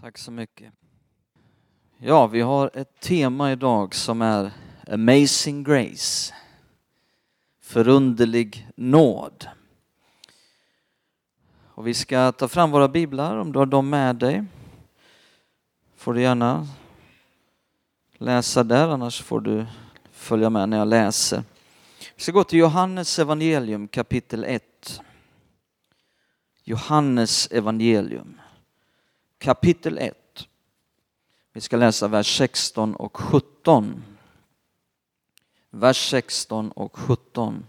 Tack så mycket. Ja, vi har ett tema idag som är Amazing Grace. Förunderlig nåd. Och vi ska ta fram våra biblar, om du har dem med dig. Får du gärna läsa där, annars får du följa med när jag läser. Vi ska gå till Johannes evangelium kapitel 1. Johannes evangelium kapitel 1. Vi ska läsa vers 16 och 17. Vers 16 och 17.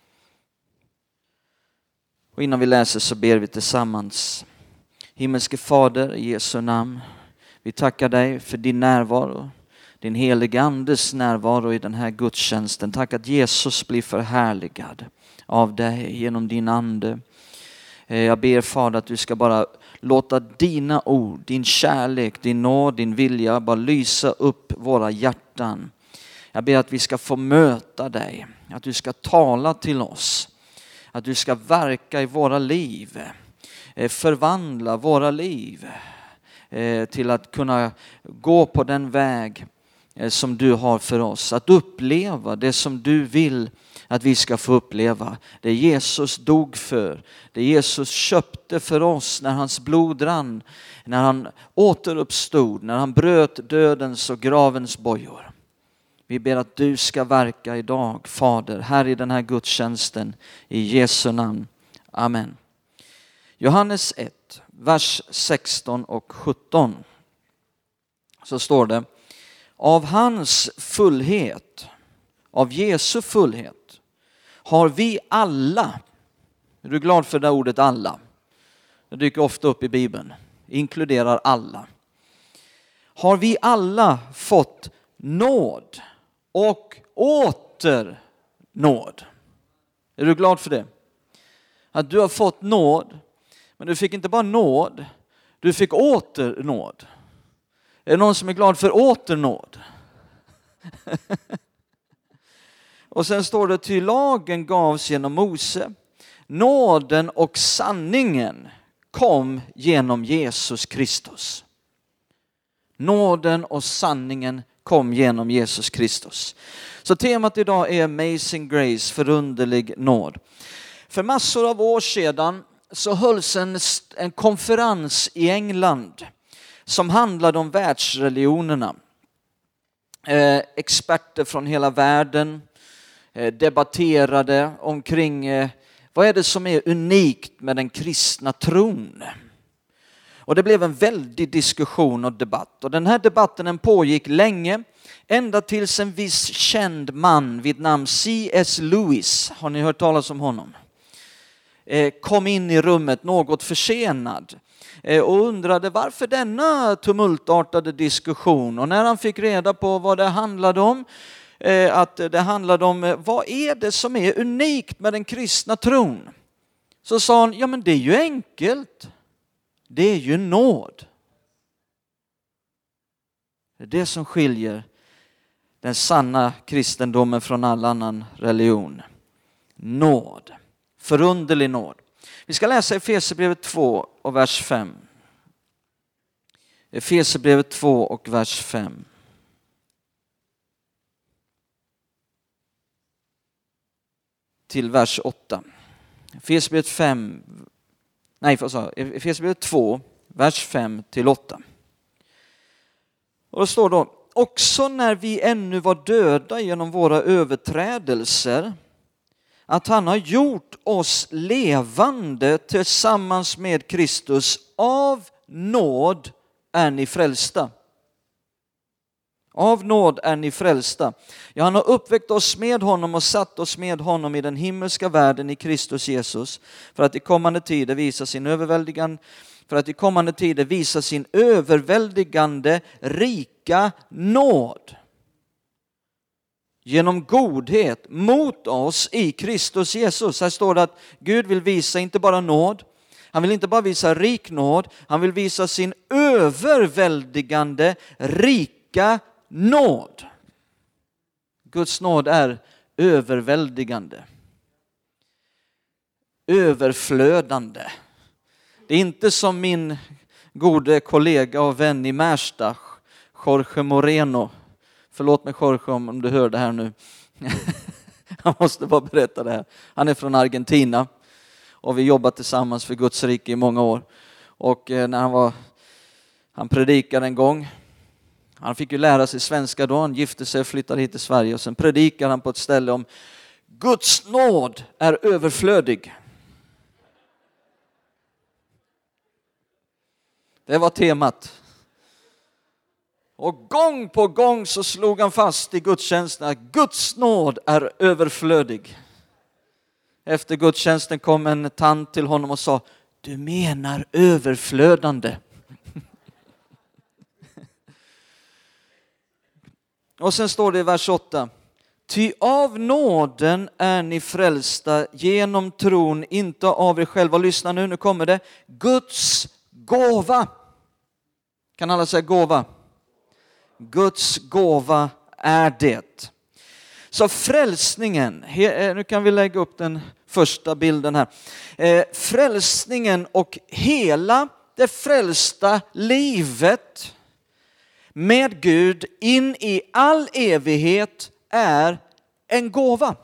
Och innan vi läser så ber vi tillsammans. Himmelske Fader, i Jesu namn. Vi tackar dig för din närvaro. Din heliga andes närvaro i den här gudstjänsten. Tack att Jesus blir förhärligad av dig genom din ande. Jag ber Fader att du ska bara låta dina ord, din kärlek, din nåd, din vilja bara lysa upp våra hjärtan. Jag ber att vi ska få möta dig, att du ska tala till oss, att du ska verka i våra liv, förvandla våra liv till att kunna gå på den väg som du har för oss. Att uppleva det som du vill att vi ska få uppleva. Det Jesus dog för. Det Jesus köpte för oss när hans blod rann. När han återuppstod. När han bröt dödens och gravens bojor. Vi ber att du ska verka idag, Fader, här i den här gudstjänsten. I Jesu namn. Amen. Johannes 1, vers 16 och 17. Så står det. Av hans fullhet, av Jesu fullhet, har vi alla, är du glad för det ordet alla? Det dyker ofta upp i Bibeln, inkluderar alla. Har vi alla fått nåd och åter nåd? Är du glad för det? Att du har fått nåd, men du fick inte bara nåd, du fick åter nåd. Är det någon som är glad för åternåd? Och sen står det, ty lagen gavs genom Mose. Nåden och sanningen kom genom Jesus Kristus. Nåden och sanningen kom genom Jesus Kristus. Så temat idag är Amazing Grace, förunderlig nåd. För massor av år sedan så hölls en konferens i England som handlade om världsreligionerna. Experter från hela världen debatterade omkring vad är det som är unikt med den kristna tron. Och det blev en väldig diskussion och debatt. Och den här debatten den pågick länge, ända tills en viss känd man vid namn C.S. Lewis, har ni hört talas om honom? Kom in i rummet något försenad. Och undrade varför denna tumultartade diskussion. Och när han fick reda på vad det handlade om, att det handlade om vad är det som är unikt med den kristna tron, så sa han, ja men det är ju enkelt. Det är ju nåd. Det är det som skiljer den sanna kristendomen från all annan religion. Nåd. Förunderlig nåd. Vi ska läsa Efesierbrevet 2 och vers 5. Efesierbrevet 2 och vers 5. Till vers 8. Efesierbrevet 2, vers 5 till 8. Och det står då, också när vi ännu var döda genom våra överträdelser, att han har gjort oss levande tillsammans med Kristus. Av nåd är ni frälsta. Av nåd är ni frälsta. Ja, han har uppväckt oss med honom och satt oss med honom i den himmelska världen i Kristus Jesus. För att i kommande tider visa sin överväldigande rika nåd. Genom godhet mot oss i Kristus Jesus. Här står det att Gud vill visa inte bara nåd. Han vill inte bara visa rik nåd. Han vill visa sin överväldigande rika nåd. Guds nåd är överväldigande. Överflödande. Det är inte som min gode kollega och vän i Märsta, Jorge Moreno. Förlåt mig Jorge om du hör det här nu. Jag måste bara berätta det här. Han är från Argentina och vi jobbat tillsammans för Guds rike i många år. Och när han predikade en gång. Han fick ju lära sig svenska då, han gifte sig och flyttade hit till Sverige. Och sen predikade han på ett ställe om Guds nåd är överflödig. Det var temat. Och gång på gång så slog han fast i gudstjänsten att Guds nåd är överflödig. Efter gudstjänsten kom en tant till honom och sa, du menar överflödande. Och sen står det i vers 8. Ty av nåden är ni frälsta genom tron, inte av er själva. Lyssna nu kommer det. Guds gåva. Kan alla säga gåva? Guds gåva är det. Så frälsningen, nu kan vi lägga upp den första bilden här. Frälsningen och hela det frälsta livet med Gud in i all evighet är en gåva.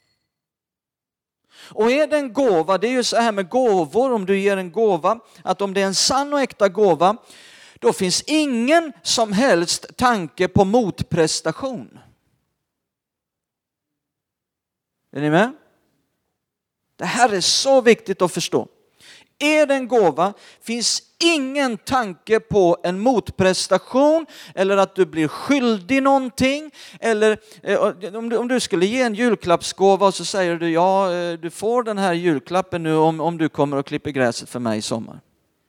Och är det en gåva, det är ju så här med gåvor, om du ger en gåva, att om det är en sann och äkta gåva, då finns ingen som helst tanke på motprestation. Är ni med? Det här är så viktigt att förstå. Är det en gåva finns ingen tanke på en motprestation eller att du blir skyldig någonting. Eller om du skulle ge en julklappsgåva och så säger du ja, du får den här julklappen nu om du kommer och klipper gräset för mig i sommar.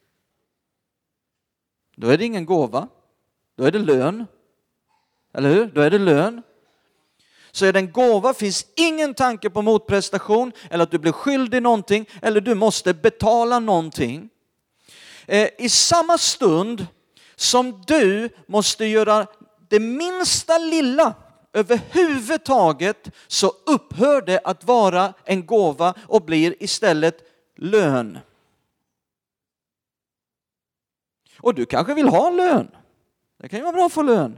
Då är det ingen gåva. Då är det lön. Eller hur? Då är det lön. Så är det en gåva finns ingen tanke på motprestation eller att du blir skyldig någonting eller du måste betala någonting. I samma stund som du måste göra det minsta lilla överhuvudtaget så upphör det att vara en gåva och blir istället lön. Och du kanske vill ha lön. Det kan ju vara bra att få lön.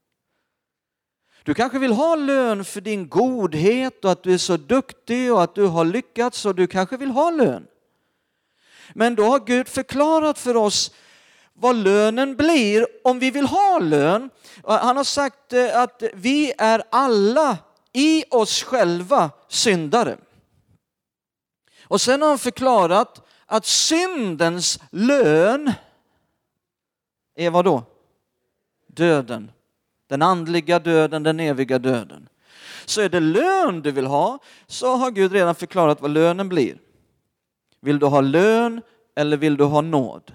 Du kanske vill ha lön för din godhet och att du är så duktig och att du har lyckats och du kanske vill ha lön. Men då har Gud förklarat för oss vad lönen blir om vi vill ha lön. Han har sagt att vi är alla i oss själva syndare. Och sen har han förklarat att syndens lön är vad då? Döden. Den andliga döden, den eviga döden. Så är det lön du vill ha så har Gud redan förklarat vad lönen blir. Vill du ha lön eller vill du ha nåd?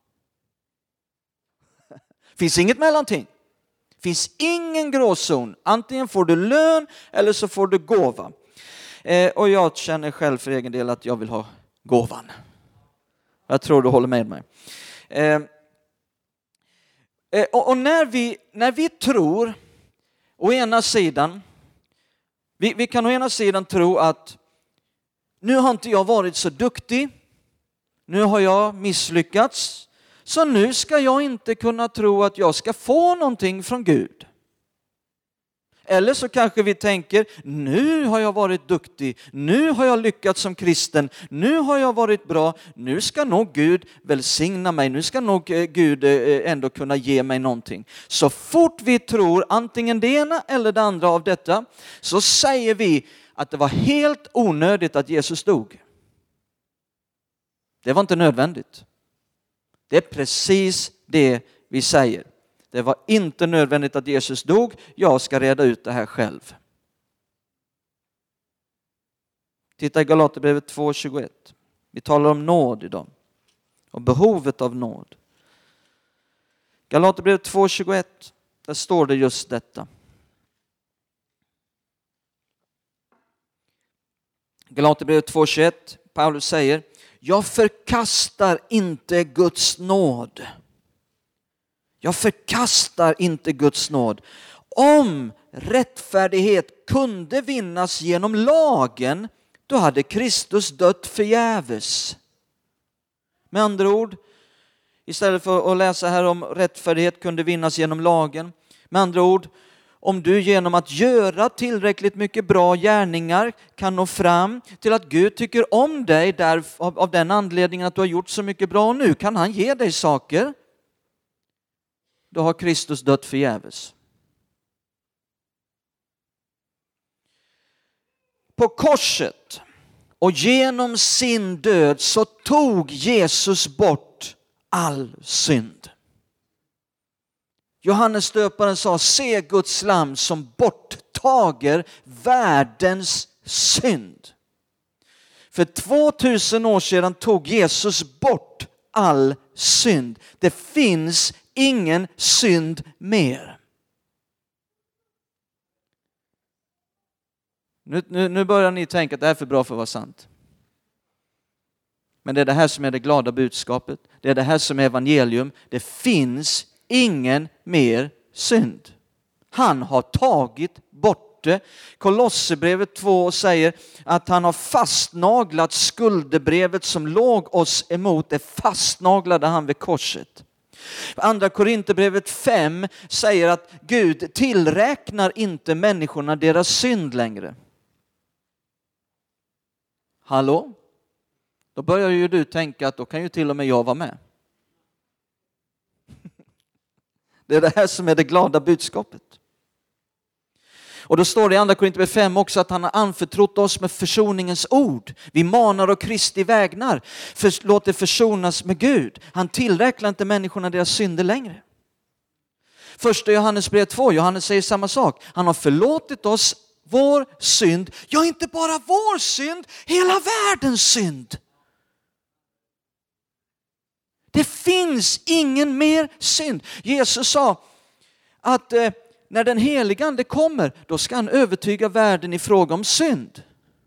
Finns inget mellanting. Finns ingen gråzon. Antingen får du lön eller så får du gåva. Och jag känner själv för egen del att jag vill ha gåvan. Jag tror du håller med mig. Och när vi tror, å ena sidan, vi kan å ena sidan tro att nu har inte jag varit så duktig, nu har jag misslyckats, så nu ska jag inte kunna tro att jag ska få någonting från Gud. Eller så kanske vi tänker, nu har jag varit duktig, nu har jag lyckats som kristen, nu har jag varit bra, nu ska nog Gud välsigna mig, nu ska nog Gud ändå kunna ge mig någonting. Så fort vi tror antingen det ena eller det andra av detta, så säger vi att det var helt onödigt att Jesus dog. Det var inte nödvändigt. Det är precis det vi säger. Det var inte nödvändigt att Jesus dog. Jag ska reda ut det här själv. Titta i Galaterbrevet 2:21. Vi talar om nåd idag. Och behovet av nåd. Galaterbrevet 2:21. Där står det just detta. Galaterbrevet 2:21. Paulus säger: jag förkastar inte Guds nåd. Jag förkastar inte Guds nåd. Om rättfärdighet kunde vinnas genom lagen, då hade Kristus dött förgäves. Med andra ord, Istället för att läsa här om rättfärdighet kunde vinnas genom lagen. Med andra ord, om du genom att göra tillräckligt mycket bra gärningar kan nå fram till att Gud tycker om dig av den anledningen att du har gjort så mycket bra och nu kan han ge dig saker. Då har Kristus dött förgäves. På korset och genom sin död så tog Jesus bort all synd. Johannes döparen sa, se Guds lamm som borttager världens synd. För 2000 år sedan tog Jesus bort all synd. Det finns ingen synd mer. Nu börjar ni tänka att det här är för bra för att vara sant. Men det är det här som är det glada budskapet. Det är det här som är evangelium. Det finns ingen mer synd. Han har tagit bort det. Kolosserbrevet 2 säger att han har fastnaglat skuldebrevet som låg oss emot. Det fastnaglade han vid korset. Andra Korinthierbrevet 5 säger att Gud tillräknar inte människorna deras synd längre. Hallå? Då börjar ju du tänka att då kan ju till och med jag vara med. Det är det här som är det glada budskapet. Och då står det i andra Korinthierbrevet 5 också att han har anförtrott oss med försoningens ord. Vi manar och Kristi vägnar. Låt det försonas med Gud. Han tillräknar inte människorna deras synder längre. Första Johannesbrevet 2, Johannes säger samma sak. Han har förlåtit oss vår synd. Ja, inte bara vår synd, hela världens synd. Det finns ingen mer synd. Jesus sa att när den helige ande kommer, då ska han övertyga världen i fråga om synd.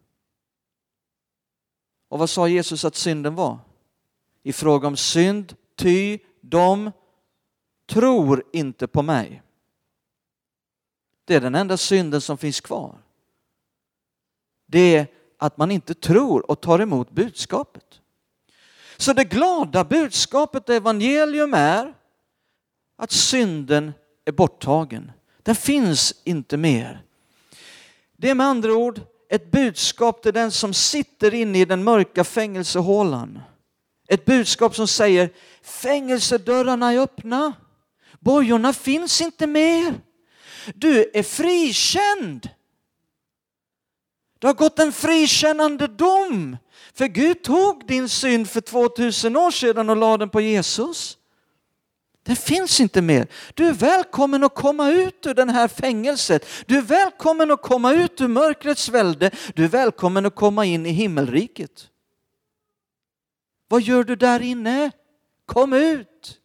Och vad sa Jesus att synden var? I fråga om synd, ty de tror inte på mig. Det är den enda synden som finns kvar. Det är att man inte tror och tar emot budskapet. Så det glada budskapet, evangelium, är att synden är borttagen. Den finns inte mer. Det är med andra ord ett budskap till den som sitter inne i den mörka fängelsehålan. Ett budskap som säger, fängelsedörrarna är öppna. Bojorna finns inte mer. Du är frikänd. Du har gått en frikännande dom. För Gud tog din synd för 2000 år sedan och lade den på Jesus. Den finns inte mer. Du är välkommen att komma ut ur den här fängelset. Du är välkommen att komma ut ur mörkrets välde. Du är välkommen att komma in i himmelriket. Vad gör du där inne? Kom ut.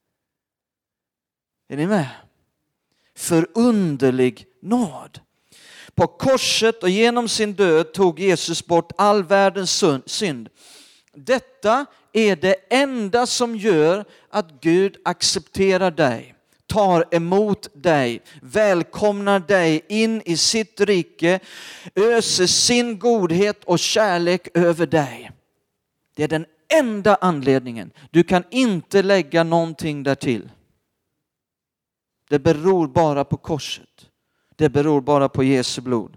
Är ni med? Förunderlig nåd. På korset och genom sin död tog Jesus bort all världens synd. Detta är det enda som gör att Gud accepterar dig, tar emot dig, välkomnar dig in i sitt rike, öser sin godhet och kärlek över dig. Det är den enda anledningen. Du kan inte lägga någonting därtill. Det beror bara på korset. Det beror bara på Jesu blod.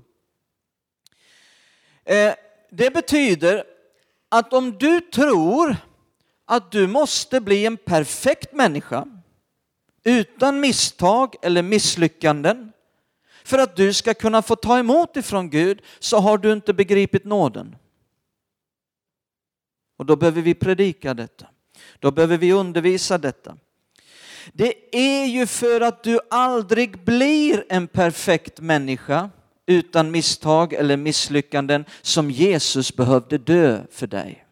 Det betyder att om du tror att du måste bli en perfekt människa utan misstag eller misslyckanden för att du ska kunna få ta emot ifrån Gud, så har du inte begripit nåden. Och då behöver vi predika detta. Då behöver vi undervisa detta. Det är ju för att du aldrig blir en perfekt människa utan misstag eller misslyckanden som Jesus behövde dö för dig.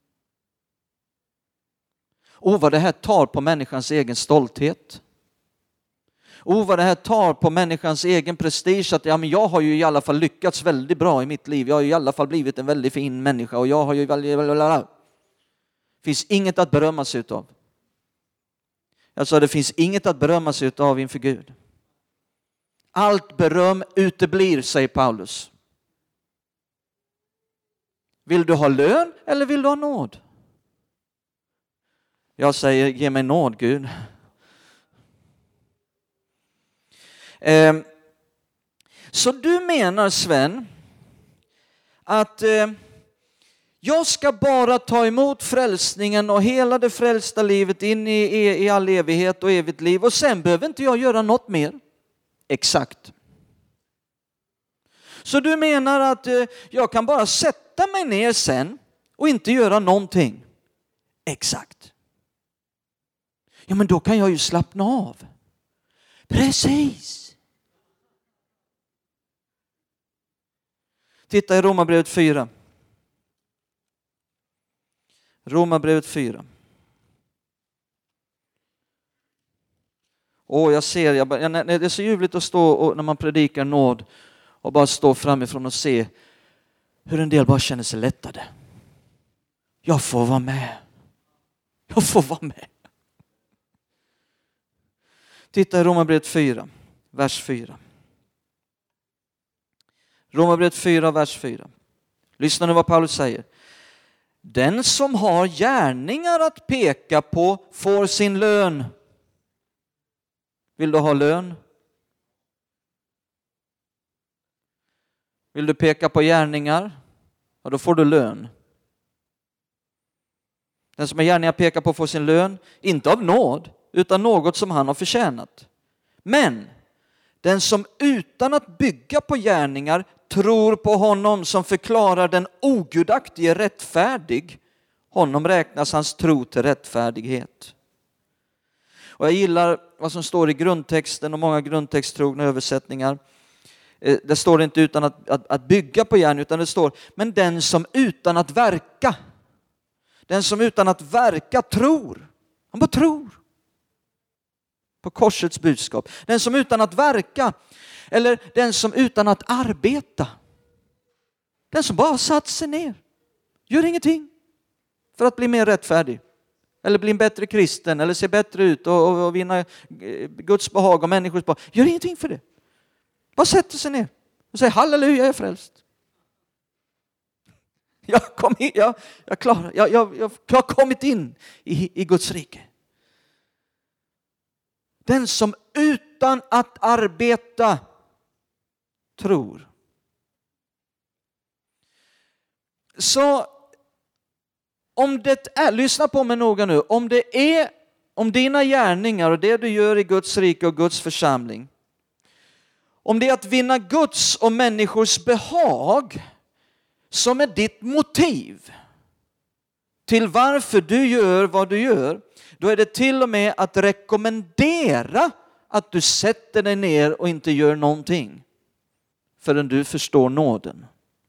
Vad det här tar på människans egen stolthet. Vad det här tar på människans egen prestige. Att men jag har ju i alla fall lyckats väldigt bra i mitt liv. Jag har ju i alla fall blivit en väldigt fin människa. Och jag har ju väldigt... Finns inget att berömma sig utav. Alltså det finns inget att berömma sig utav inför Gud. Allt beröm uteblir, säger Paulus. Vill du ha lön eller vill du ha nåd? Jag säger, ge mig nåd, Gud. Så du menar, Sven, att jag ska bara ta emot frälsningen och hela det frälsta livet in i all evighet och evigt liv, och sen behöver inte jag göra något mer? Exakt. Så du menar att jag kan bara sätta mig ner sen och inte göra någonting? Exakt. Ja, men då kan jag ju slappna av. Precis. Titta i Romarbrevet 4. Romarbrevet 4. Jag ser, det är så ljuvligt att stå och, när man predikar nåd, och bara stå framifrån och se hur en del bara känner sig lättade. Jag får vara med. Jag får vara med. Titta i Romarbrevet 4, vers 4. Romarbrevet 4, vers 4. Lyssna nu vad Paulus säger. Den som har gärningar att peka på får sin lön. Vill du ha lön? Vill du peka på gärningar? Ja, då får du lön. Den som har gärningar att peka på får sin lön, inte av nåd, utan något som han har förtjänat. Men den som utan att bygga på gärningar tror på honom som förklarar den ogudaktige rättfärdig, honom räknas hans tro till rättfärdighet. Och jag gillar vad som står i grundtexten och många grundtexttrogna översättningar. Det står inte utan att bygga på gärningar, utan det står, men den som utan att verka. Den som utan att verka tror. Han bara tror. På korsets budskap. Den som utan att verka. Eller den som utan att arbeta. Den som bara satt sig ner. Gör ingenting. För att bli mer rättfärdig. Eller bli en bättre kristen. Eller se bättre ut. Och vinna Guds behag och människors behag. Gör ingenting för det. Bara sätter sig ner. Och säger halleluja, jag är frälst. Jag har kommit in i Guds rike. Den som utan att arbeta tror. Så om det är, lyssna på mig noga nu, om dina gärningar och det du gör i Guds rike och Guds församling, om det är att vinna Guds och människors behag som är ditt motiv till varför du gör vad du gör, då är det till och med att rekommendera att du sätter dig ner och inte gör någonting förrän du förstår nåden.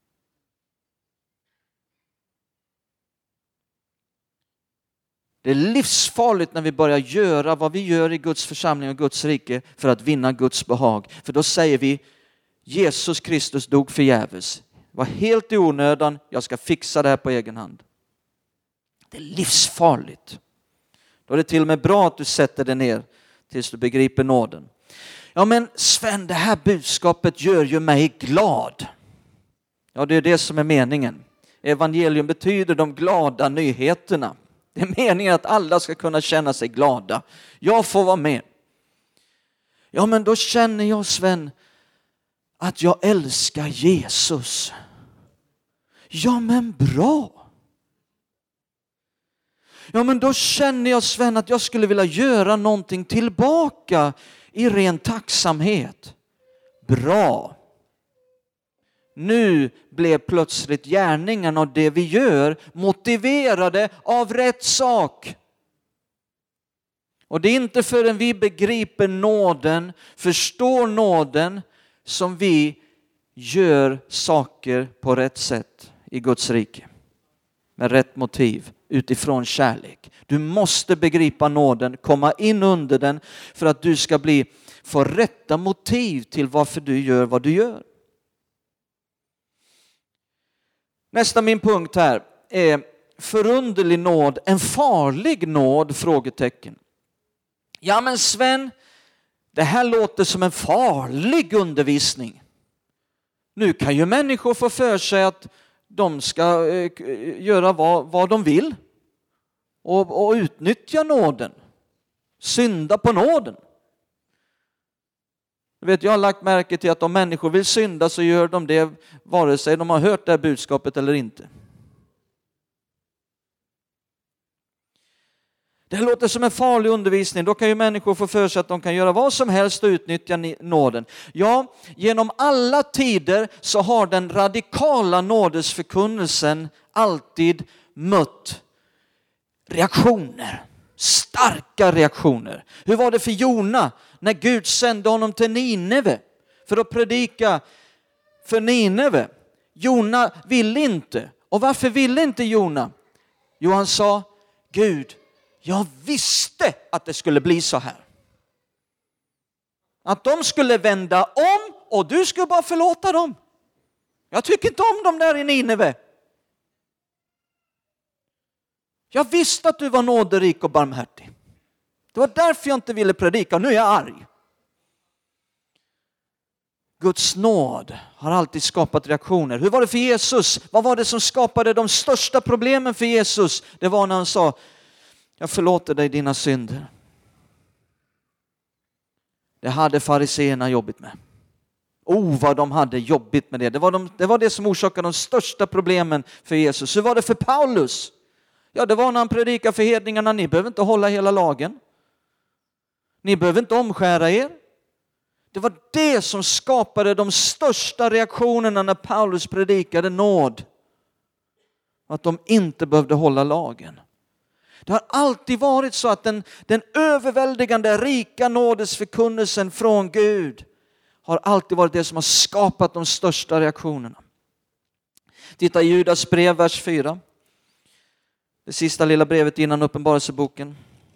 Det är livsfarligt när vi börjar göra vad vi gör i Guds församling och Guds rike för att vinna Guds behag. För då säger vi, Jesus Kristus dog förgäves. Var helt i onödan, jag ska fixa det här på egen hand. Det är livsfarligt. Då är det till och med bra att du sätter dig ner tills du begriper nåden. Ja men Sven, det här budskapet gör ju mig glad. Ja, det är det som är meningen. Evangelium betyder de glada nyheterna. Det är meningen att alla ska kunna känna sig glada. Jag får vara med. Ja men då känner jag, Sven, att jag älskar Jesus. Ja men bra. Ja men då känner jag, Sven, att jag skulle vilja göra någonting tillbaka i ren tacksamhet. Bra. Nu blev plötsligt gärningen och det vi gör motiverade av rätt sak. Och det är inte förrän vi begriper nåden, förstår nåden, som vi gör saker på rätt sätt i Guds rike. Med rätt motiv, utifrån kärlek. Du måste begripa nåden, komma in under den för att du ska få rätta motiv till varför du gör vad du gör. Nästa min punkt här är förunderlig nåd, en farlig nåd? Frågetecken. Ja men Sven, det här låter som en farlig undervisning. Nu kan ju människor få för sig att de ska göra vad de vill. och utnyttja nåden. Synda på nåden. Jag har lagt märke till att om människor vill synda så gör de det vare sig de har hört det här budskapet eller inte. Det låter som en farlig undervisning. Då kan ju människor få för sig att de kan göra vad som helst och utnyttja nåden. Ja, genom alla tider så har den radikala nådesförkunnelsen alltid mött reaktioner. Starka reaktioner. Hur var det för Jona när Gud sände honom till Nineve för att predika för Nineve? Jona ville inte. Och varför ville inte Jona? Jo, han sa, Gud, jag visste att det skulle bli så här. Att de skulle vända om och du skulle bara förlåta dem. Jag tycker inte om dem där i Nineve. Jag visste att du var nåderik och barmhärtig. Det var därför jag inte ville predika. Nu är jag arg. Guds nåd har alltid skapat reaktioner. Hur var det för Jesus? Vad var det som skapade de största problemen för Jesus? Det var när han sa, jag förlåter dig dina synder. Det hade fariseerna jobbigt med. Vad de hade jobbigt med det. Det var det som orsakade de största problemen för Jesus. Hur var det för Paulus? Ja, det var när han predikade för hedningarna. Ni behöver inte hålla hela lagen. Ni behöver inte omskära er. Det var det som skapade de största reaktionerna när Paulus predikade nåd. Att de inte behövde hålla lagen. Det har alltid varit så att den överväldigande rika nådesförkunnelsen från Gud har alltid varit det som har skapat de största reaktionerna. Titta i Judas brev, vers 4. Det sista lilla brevet innan Uppenbarelseboken.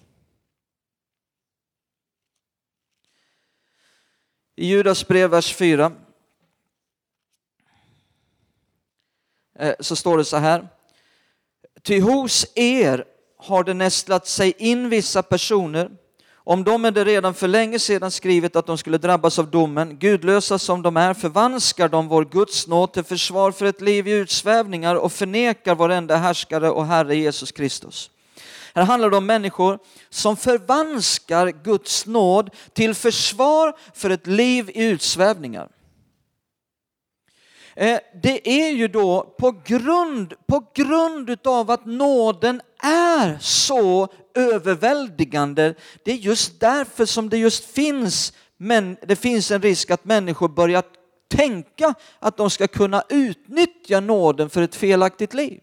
I Judas brev, vers 4 så står det så här. Ty hos er har det nästlat sig in vissa personer. Om dem är det redan för länge sedan skrivet att de skulle drabbas av domen. Gudlösa som de är förvanskar de vår Guds nåd till försvar för ett liv i utsvävningar och förnekar varenda härskare och Herre Jesus Kristus. Här handlar det om människor som förvanskar Guds nåd till försvar för ett liv i utsvävningar. Det är ju då på grund av att nåden är så överväldigande. Det är just därför som det just finns, men det finns en risk att människor börjar tänka att de ska kunna utnyttja nåden för ett felaktigt liv.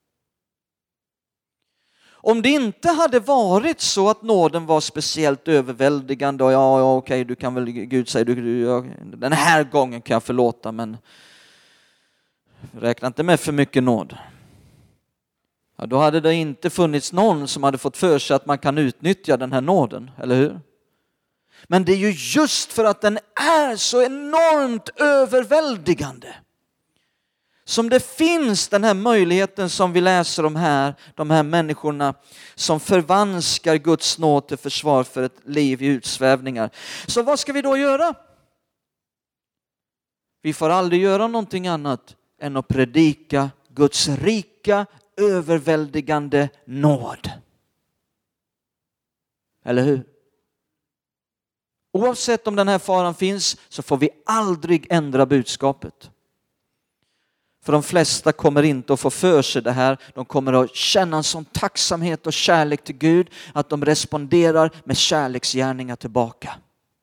Om det inte hade varit så att nåden var speciellt överväldigande och okej, du kan väl, Gud säger, den här gången kan jag förlåta, men räkna inte med för mycket nåd. Ja, då hade det inte funnits någon som hade fått för sig att man kan utnyttja den här nåden, eller hur? Men det är ju just för att den är så enormt överväldigande som det finns den här möjligheten som vi läser om här, de här människorna som förvanskar Guds nåd till försvar för ett liv i utsvävningar. Så vad ska vi då göra? Vi får aldrig göra någonting annat än att predika Guds rika, överväldigande nåd. Eller hur? Oavsett om den här faran finns så får vi aldrig ändra budskapet. För de flesta kommer inte att få för sig det här. De kommer att känna en sån tacksamhet och kärlek till Gud att de responderar med kärleksgärningar tillbaka.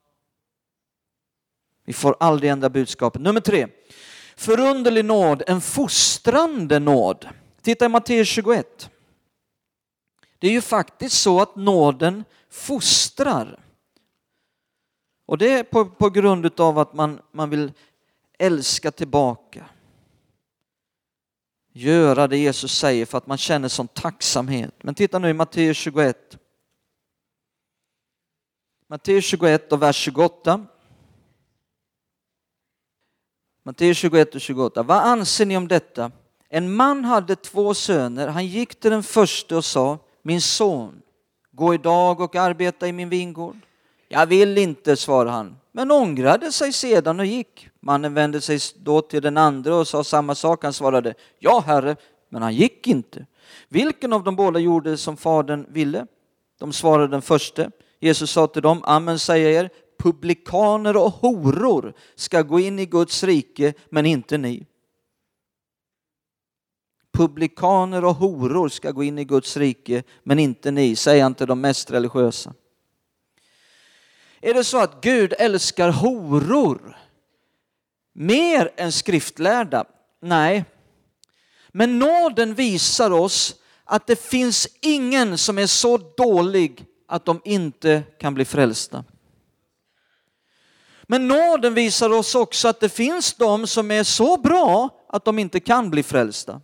Vi får aldrig ändra budskapet. Nummer 3. Förunderlig nåd, en fostrande nåd. Titta i Matteus 21. Det är ju faktiskt så att nåden fostrar. Och det är på grund av att man vill älska tillbaka. Göra det Jesus säger för att man känner sån tacksamhet. Men titta nu i Matteus 21. Matteus 21 och vers 28. Matteus 21 och 28. Vad anser ni om detta? En man hade 2 söner. Han gick till den första och sa: min son, gå idag och arbeta i min vingård. Jag vill inte, svarade han, men ångrade sig sedan och gick. Mannen vände sig då till den andra och sa samma sak. Han svarade: ja, herre, men han gick inte. Vilken av de båda gjorde som fadern ville? De svarade den första. Jesus sa till dem, amen säger er, publikaner och horor ska gå in i Guds rike, men inte ni. Publikaner och horor ska gå in i Guds rike, men inte ni, säger han till de mest religiösa. Är det så att Gud älskar horor mer än skriftlärda? Nej. Men nåden visar oss att det finns ingen som är så dålig att de inte kan bli frälsta. Men nåden visar oss också att det finns de som är så bra att de inte kan bli frälsta.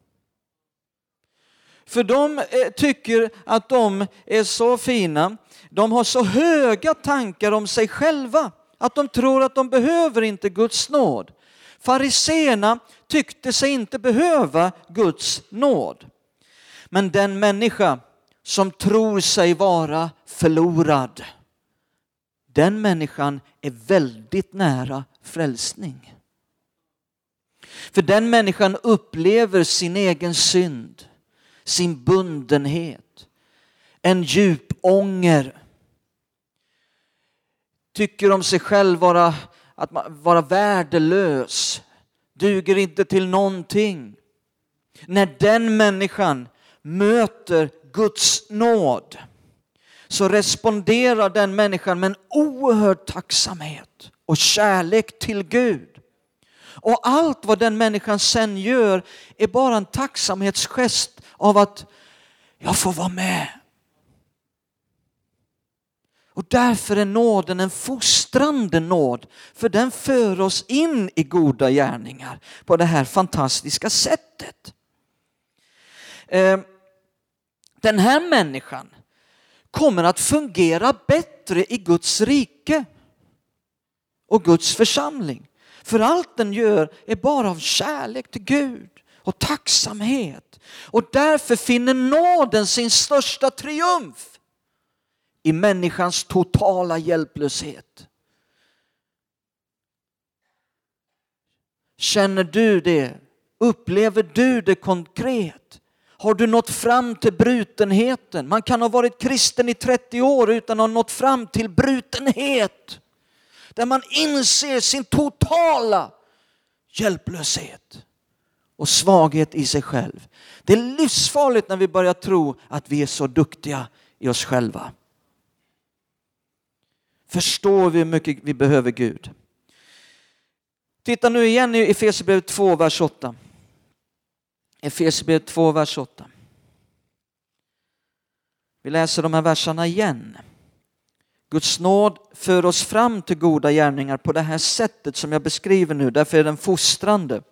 För de tycker att de är så fina, de har så höga tankar om sig själva att de tror att de behöver inte Guds nåd. Fariseerna tyckte sig inte behöva Guds nåd. Men den människa som tror sig vara förlorad, den människan är väldigt nära frälsning. För den människan upplever sin egen synd, sin bundenhet, en djup ånger. Tycker om sig själv vara värdelös, duger inte till någonting. När den människan möter Guds nåd så responderar den människan med en oerhörd tacksamhet och kärlek till Gud. Och allt vad den människan sen gör är bara en tacksamhetsgest av att jag får vara med. Och därför är nåden en fostrande nåd, för den för oss in i goda gärningar på det här fantastiska sättet. Den här människan kommer att fungera bättre i Guds rike och Guds församling. För allt den gör är bara av kärlek till Gud och tacksamhet. Och därför finner nåden sin största triumf i människans totala hjälplöshet. Känner du det? Upplever du det konkret? Har du nått fram till brutenheten? Man kan ha varit kristen i 30 år utan att ha nått fram till brutenhet. Där man inser sin totala hjälplöshet och svaghet i sig själv. Det är livsfarligt när vi börjar tro att vi är så duktiga i oss själva. Förstår vi hur mycket vi behöver Gud? Titta nu igen i Efesierbrevet 2, vers 8. Efesierbrevet 2, vers 8. Vi läser de här verserna igen. Guds nåd för oss fram till goda gärningar på det här sättet som jag beskriver nu. Därför är den fostrande.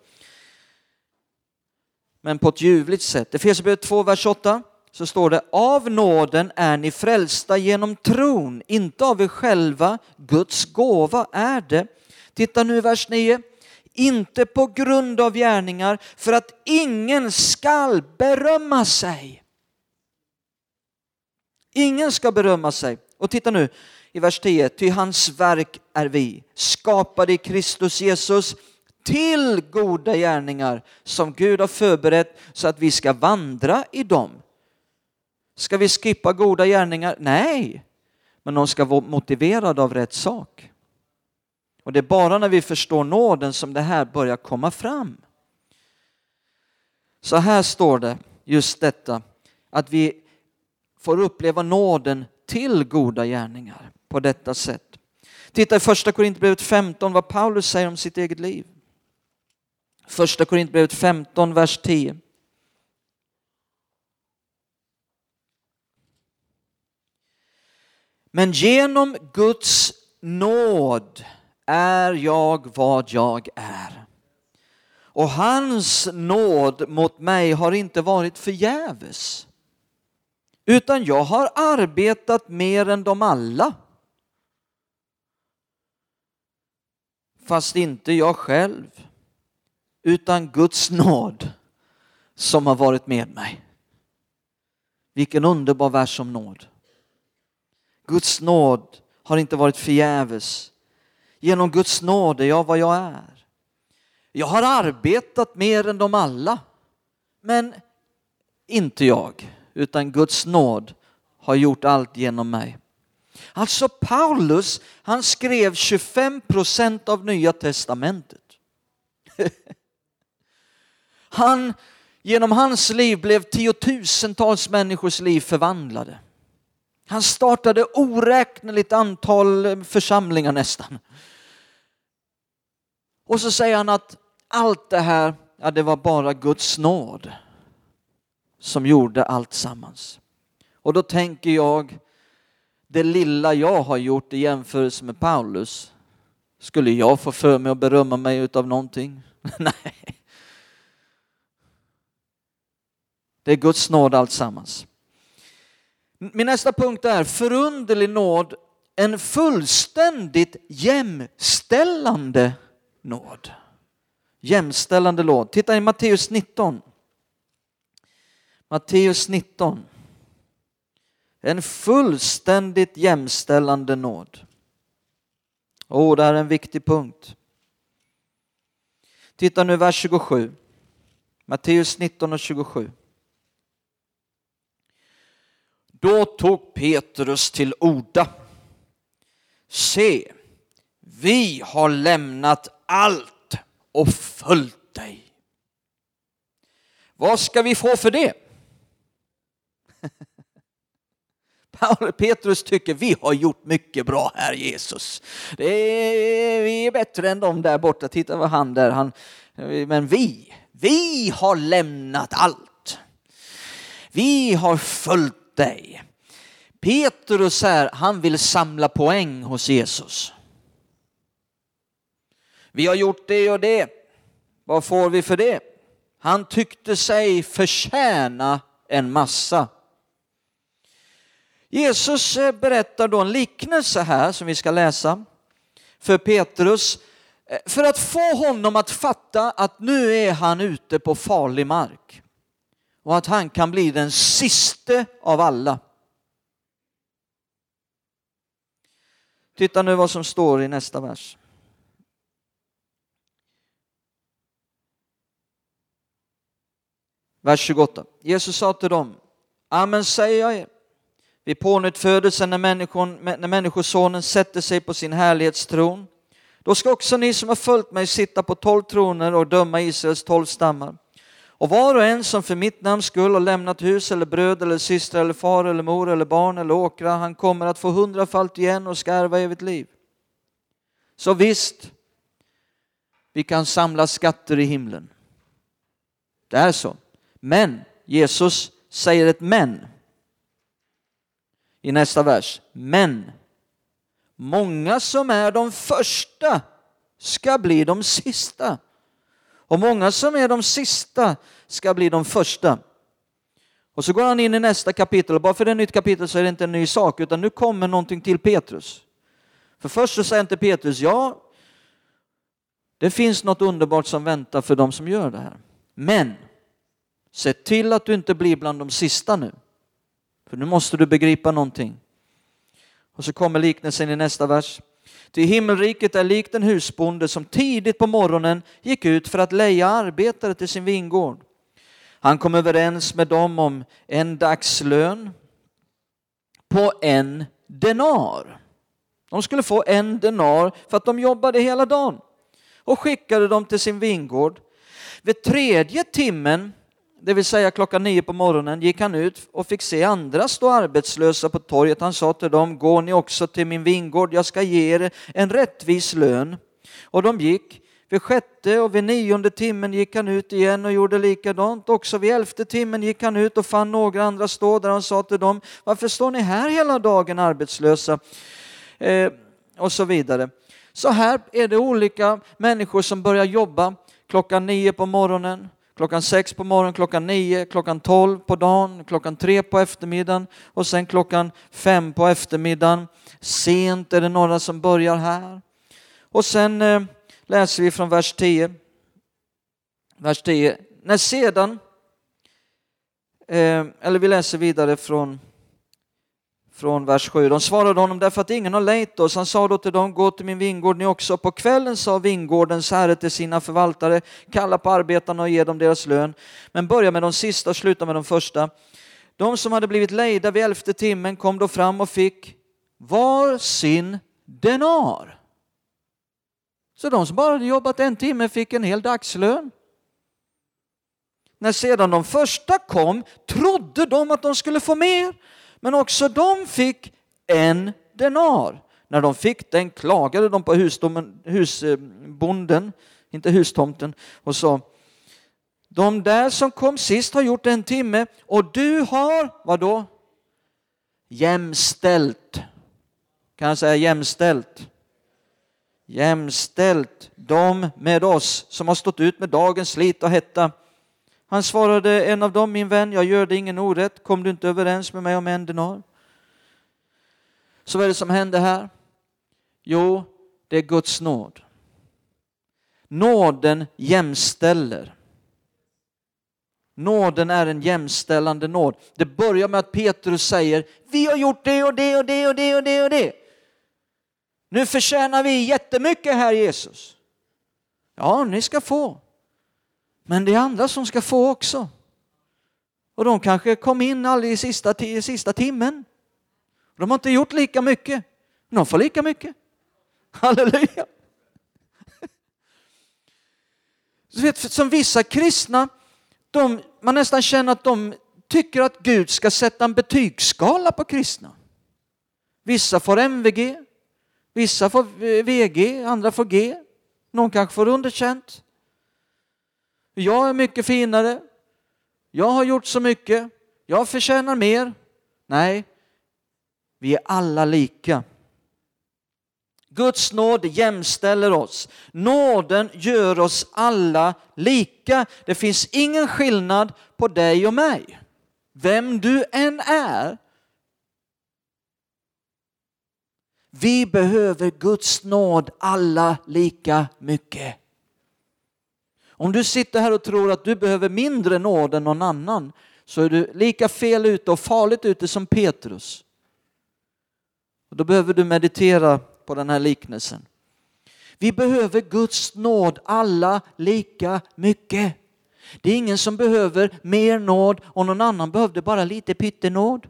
Men på ett ljuvligt sätt. Efesierbrevet 2, vers 8. Så står det, av nåden är ni frälsta genom tron, inte av er själva. Guds gåva är det. Titta nu i vers 9. Inte på grund av gärningar, för att ingen skall berömma sig. Ingen ska berömma sig. Och titta nu i vers 10. Ty hans verk är vi, skapade i Kristus Jesus till goda gärningar som Gud har förberett så att vi ska vandra i dem. Ska vi skippa goda gärningar? Nej, men de ska vara motiverade av rätt sak. Och det är bara när vi förstår nåden som det här börjar komma fram. Så här står det just detta, att vi får uppleva nåden till goda gärningar på detta sätt. Titta i första Korintierbrevet 15 vad Paulus säger om sitt eget liv. Första Korintierbrevet 15, vers 10. Men genom Guds nåd är jag vad jag är. Och hans nåd mot mig har inte varit förgäves. Utan jag har arbetat mer än de alla. Fast inte jag själv. Utan Guds nåd som har varit med mig. Vilken underbar vers om nåd. Guds nåd har inte varit förgäves. Genom Guds nåd är jag vad jag är. Jag har arbetat mer än de alla. Men inte jag, utan Guds nåd har gjort allt genom mig. Alltså Paulus, han skrev 25% av Nya testamentet. Genom hans liv blev tiotusentals människors liv förvandlade. Han startade oräkneligt antal församlingar nästan. Och så säger han att allt det här, ja, det var bara Guds nåd som gjorde allt sammans. Och då tänker jag, det lilla jag har gjort i jämförelse med Paulus, skulle jag få för mig att berömma mig utav någonting? Nej. Det är Guds nåd allt sammans. Min nästa punkt är förunderlig nåd, en fullständigt jämställande nåd. Jämställande nåd. Titta i Matteus 19. Matteus 19. En fullständigt jämställande nåd. Det här är en viktig punkt. Titta nu vers 27. Matteus 19 och 27. Då tog Petrus till orda. Se, vi har lämnat allt och följt dig. Vad ska vi få för det? Petrus tycker vi har gjort mycket bra här, Jesus. Vi är bättre än de där borta. Titta vad han där. Men vi har lämnat allt. Vi har följt dig. Petrus här, han vill samla poäng hos Jesus. Vi har gjort det och det. Vad får vi för det? Han tyckte sig förtjäna en massa. Jesus berättar då en liknelse här som vi ska läsa för Petrus. För att få honom att fatta att nu är han ute på farlig mark. Och att han kan bli den siste av alla. Titta nu vad som står i nästa vers. Vers 28. Jesus sa till dem: amen säger jag er. Vid pånyttfödelsen när människosonen sätter sig på sin härlighetstron, då ska också ni som har följt mig sitta på 12 troner och döma Israels 12 stammar. Och var och en som för mitt namns skull har lämnat hus eller bröd eller syster eller far eller mor eller barn eller åkra, han kommer att få 100-falt igen och ska ärva evigt liv. Så visst, vi kan samla skatter i himlen. Det är så. Men Jesus säger ett men i nästa vers. Men många som är de första ska bli de sista. Och många som är de sista ska bli de första. Och så går han in i nästa kapitel. Och bara för det är ett nytt kapitel så är det inte en ny sak. Utan nu kommer någonting till Petrus. För först så säger inte Petrus: ja, det finns något underbart som väntar för de som gör det här. Men se till att du inte blir bland de sista nu. För nu måste du begripa någonting. Och så kommer liknelsen i nästa vers. Till himmelriket är likt en husbonde som tidigt på morgonen gick ut för att leja arbetare till sin vingård. Han kom överens med dem om en dagslön på 1 denar. De skulle få 1 denar för att de jobbade hela dagen. Och skickade dem till sin vingård. Vid 3:e timmen, det vill säga 9:00 på morgonen, gick han ut och fick se andra stå arbetslösa på torget. Han sa till dem: gå ni också till min vingård, jag ska ge er en rättvis lön. Och de gick. Vid 6:e och vid 9:e timmen gick han ut igen och gjorde likadant. Också vid 11:e timmen gick han ut och fann några andra stå där. Han sa till dem: varför står ni här hela dagen arbetslösa? Och så vidare. Så här är det olika människor som börjar jobba 9:00 på morgonen. 6:00 på morgonen, 9:00, 12:00 på dagen, 3:00 på eftermiddagen och sen 5:00 på eftermiddagen. Sent är det några som börjar här. Och sen läser vi från vers 10. Vers 10. När sedan, eller vi läser vidare från från vers 7. De svarade honom därför att ingen har lejt oss. Han sa då till dem, gå till min vingård ni också. På kvällen sa vingårdens herre till sina förvaltare, kalla på arbetarna och ge dem deras lön. Men börja med de sista och sluta med de första. De som hade blivit lejda vid 11:e timmen kom då fram och fick var sin denar. Så de som bara hade jobbat 1 timme fick en hel dagslön. När sedan de första kom trodde de att de skulle få mer. Men också de fick 1 denar. När de fick den klagade de på husbonden, inte hustomten, och sa, de där som kom sist har gjort 1 timme och du har, vad då? Jämställt. Kan jag säga jämställt? Jämställt dem med oss som har stått ut med dagens slit och hetta. Han svarade, en av dem, min vän, jag gör det ingen orätt. Kom du inte överens med mig om 1 denar? Så vad är det som händer här? Jo, det är Guds nåd. Nåden jämställer. Nåden är en jämställande nåd. Det börjar med att Petrus säger, vi har gjort det och det och det och det och det och det. Nu förtjänar vi jättemycket här, Jesus. Ja, ni ska få. Men det är andra som ska få också. Och de kanske kom in aldrig i sista timmen. De har inte gjort lika mycket. Men de får lika mycket. Halleluja. Så vet, som vissa kristna, man nästan känner att de tycker att Gud ska sätta en betygsskala på kristna. Vissa får MVG, vissa får VG, andra får G. Någon kanske får underkänt. Jag är mycket finare. Jag har gjort så mycket. Jag förtjänar mer. Nej, vi är alla lika. Guds nåd jämställer oss. Nåden gör oss alla lika. Det finns ingen skillnad på dig och mig. Vem du än är. Vi behöver Guds nåd alla lika mycket. Om du sitter här och tror att du behöver mindre nåd än någon annan, så är du lika fel ute och farligt ute som Petrus. Och då behöver du meditera på den här liknelsen. Vi behöver Guds nåd alla lika mycket. Det är ingen som behöver mer nåd och någon annan behövde bara lite pyttenåd.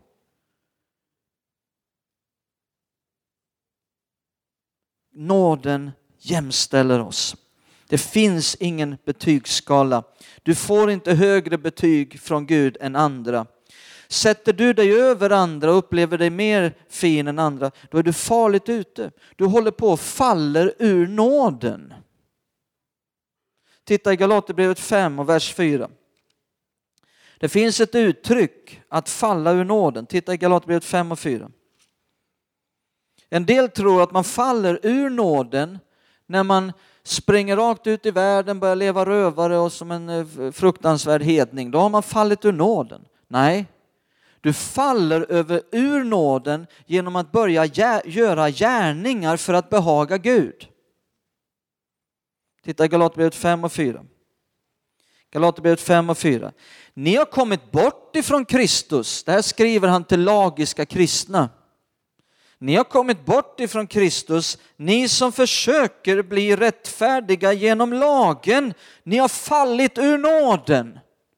Nåden jämställer oss. Det finns ingen betygsskala. Du får inte högre betyg från Gud än andra. Sätter du dig över andra och upplever dig mer fin än andra, då är du farligt ute. Du håller på att faller ur nåden. Titta i Galaterbrevet 5 och vers 4. Det finns ett uttryck att falla ur nåden. Titta i Galaterbrevet 5 och 4. En del tror att man faller ur nåden när man springer rakt ut i världen, börjar leva rövare och som en fruktansvärd hedning. Då har man fallit ur nåden. Nej, du faller ur nåden genom att börja göra gärningar för att behaga Gud. Titta i Galaterbrevet 5 och 4. Galaterbrevet 5 och 4. Ni har kommit bort ifrån Kristus. Det här skriver han till lagiska kristna. Ni har kommit bort ifrån Kristus, ni som försöker bli rättfärdiga genom lagen. Ni har fallit ur nåden,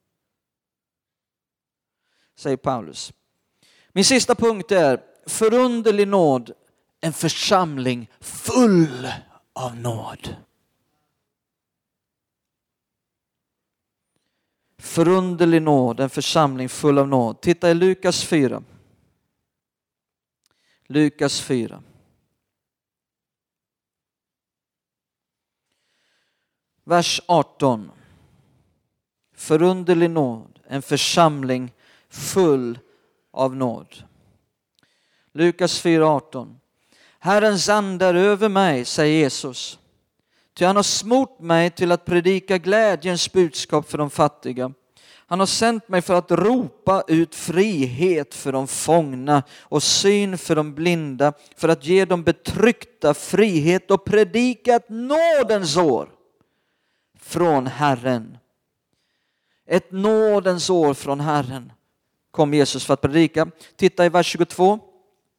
säger Paulus. Min sista punkt är förunderlig nåd, en församling full av nåd. Förunderlig nåd, en församling full av nåd. Titta i Lukas 4. Lukas 4. Vers 18. Förunderlig nåd, en församling full av nåd. Lukas 4:18. Herrens ande är över mig, säger Jesus. Ty han har smort mig till att predika glädjens budskap för de fattiga. Han har sänt mig för att ropa ut frihet för de fångna och syn för de blinda, för att ge dem betryckta frihet och predika ett nådens år från Herren. Ett nådens år från Herren kom Jesus för att predika. Titta i vers 22.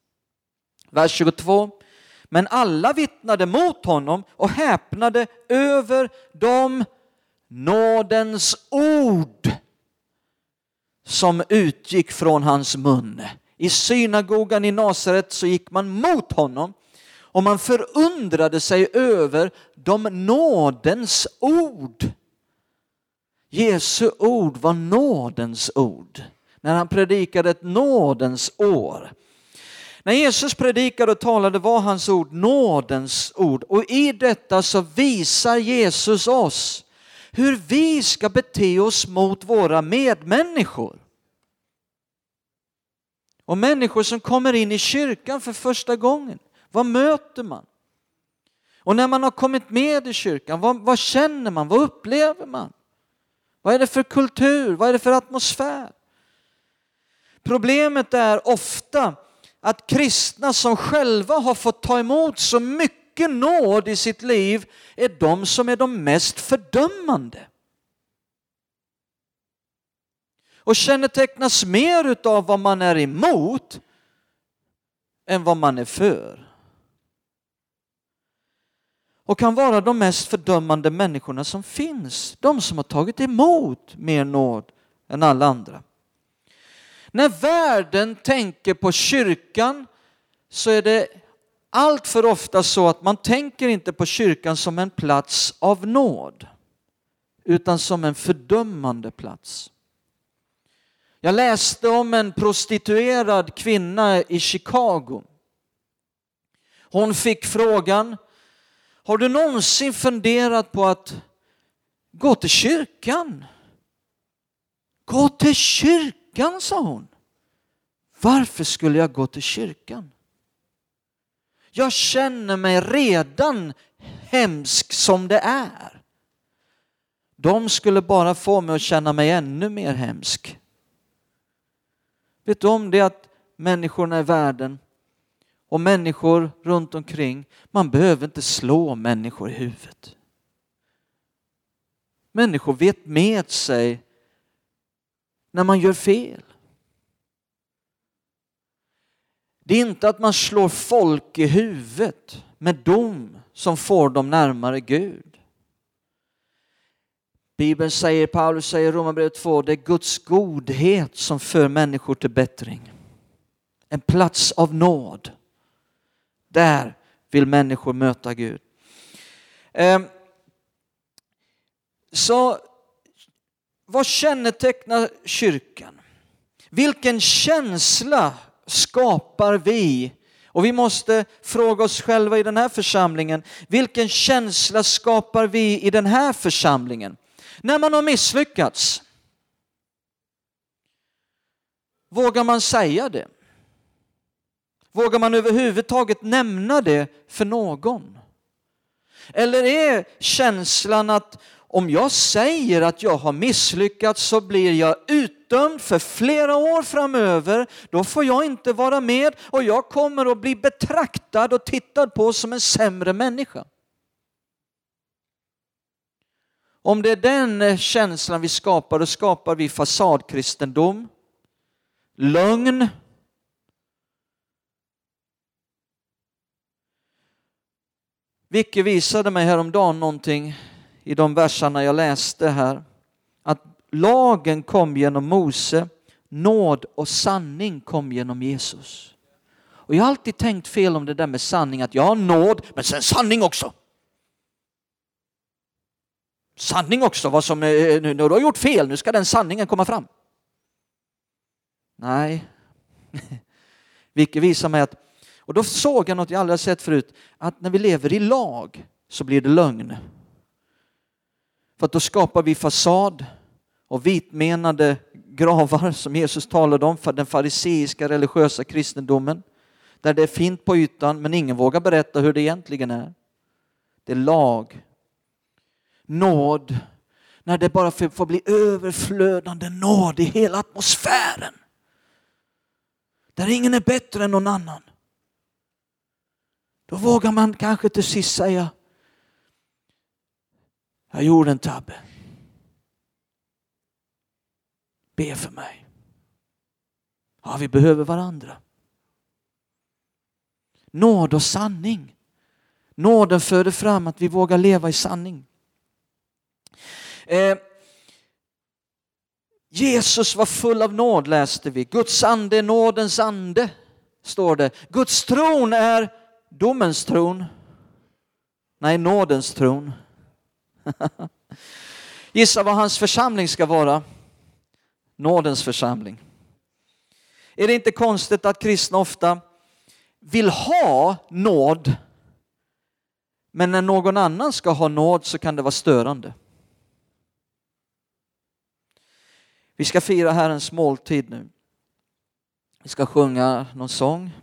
Vers 22. Men alla vittnade mot honom och häpnade över de nådens ord som utgick från hans mun. I synagogan i Nasaret så gick man mot honom och man förundrade sig över de nådens ord. Jesu ord var nådens ord. När han predikade ett nådens år. När Jesus predikade och talade var hans ord nådens ord. Och i detta så visar Jesus oss hur vi ska bete oss mot våra medmänniskor. Och människor som kommer in i kyrkan för första gången. Vad möter man? Och när man har kommit med i kyrkan, vad känner man? Vad upplever man? Vad är det för kultur? Vad är det för atmosfär? Problemet är ofta att kristna som själva har fått ta emot så mycket nåd i sitt liv är de som är de mest fördömande. Och kännetecknas mer av vad man är emot än vad man är för. Och kan vara de mest fördömande människorna som finns. De som har tagit emot mer nåd än alla andra. När världen tänker på kyrkan så är det allt för ofta så att man tänker inte på kyrkan som en plats av nåd. Utan som en fördömande plats. Jag läste om en prostituerad kvinna i Chicago. Hon fick frågan: har du någonsin funderat på att gå till kyrkan? Gå till kyrkan, sa hon. Varför skulle jag gå till kyrkan? Jag känner mig redan hemsk som det är. De skulle bara få mig att känna mig ännu mer hemsk. Vet du om det att människorna i världen och människor runt omkring, man behöver inte slå människor i huvudet. Människor vet med sig när man gör fel. Det är inte att man slår folk i huvudet med dom som får dem närmare Gud. Bibeln säger, Paulus säger i Romarbrevet 2, det är Guds godhet som för människor till bättring. En plats av nåd. Där vill människor möta Gud. Så vad kännetecknar kyrkan? Vilken känsla skapar vi? Och vi måste fråga oss själva i den här församlingen. Vilken känsla skapar vi i den här församlingen? När man har misslyckats. Vågar man säga det? Vågar man överhuvudtaget nämna det för någon? Eller är känslan att om jag säger att jag har misslyckats så blir jag utdömd för flera år framöver. Då får jag inte vara med och jag kommer att bli betraktad och tittad på som en sämre människa. Om det är den känslan vi skapar, då skapar vi fasadkristendom, lögn. Vilket visade mig häromdagen någonting i de verserna jag läste här. Att lagen kom genom Mose, nåd och sanning kom genom Jesus. Och jag har alltid tänkt fel om det där med sanning. Att jag har nåd, men sen sanning också. Sanning också, vad som nu du har gjort fel, nu ska den sanningen komma fram. Nej. Vilket visar mig att, och då såg jag något jag aldrig sett förut, att när vi lever i lag så blir det lögn. För att då skapar vi fasad och vitmenade gravar som Jesus talade om för den fariseiska religiösa kristendomen. Där det är fint på ytan men ingen vågar berätta hur det egentligen är. Det är lag. Nåd. När det bara får bli överflödande nåd i hela atmosfären. Där ingen är bättre än någon annan. Då vågar man kanske till sist säga: jag gjorde en tabbe. Be för mig. Ja, vi behöver varandra. Nåd och sanning. Nåden föder fram att vi vågar leva i sanning. Jesus var full av nåd, läste vi. Guds ande är nådens ande, står det. Guds tron är domens tron. Nej, nådens tron. Gissa vad hans församling ska vara. Nådens församling. Är det inte konstigt att kristna ofta vill ha nåd, men när någon annan ska ha nåd så kan det vara störande. Vi ska fira Herrens måltid nu. Vi ska sjunga någon sång.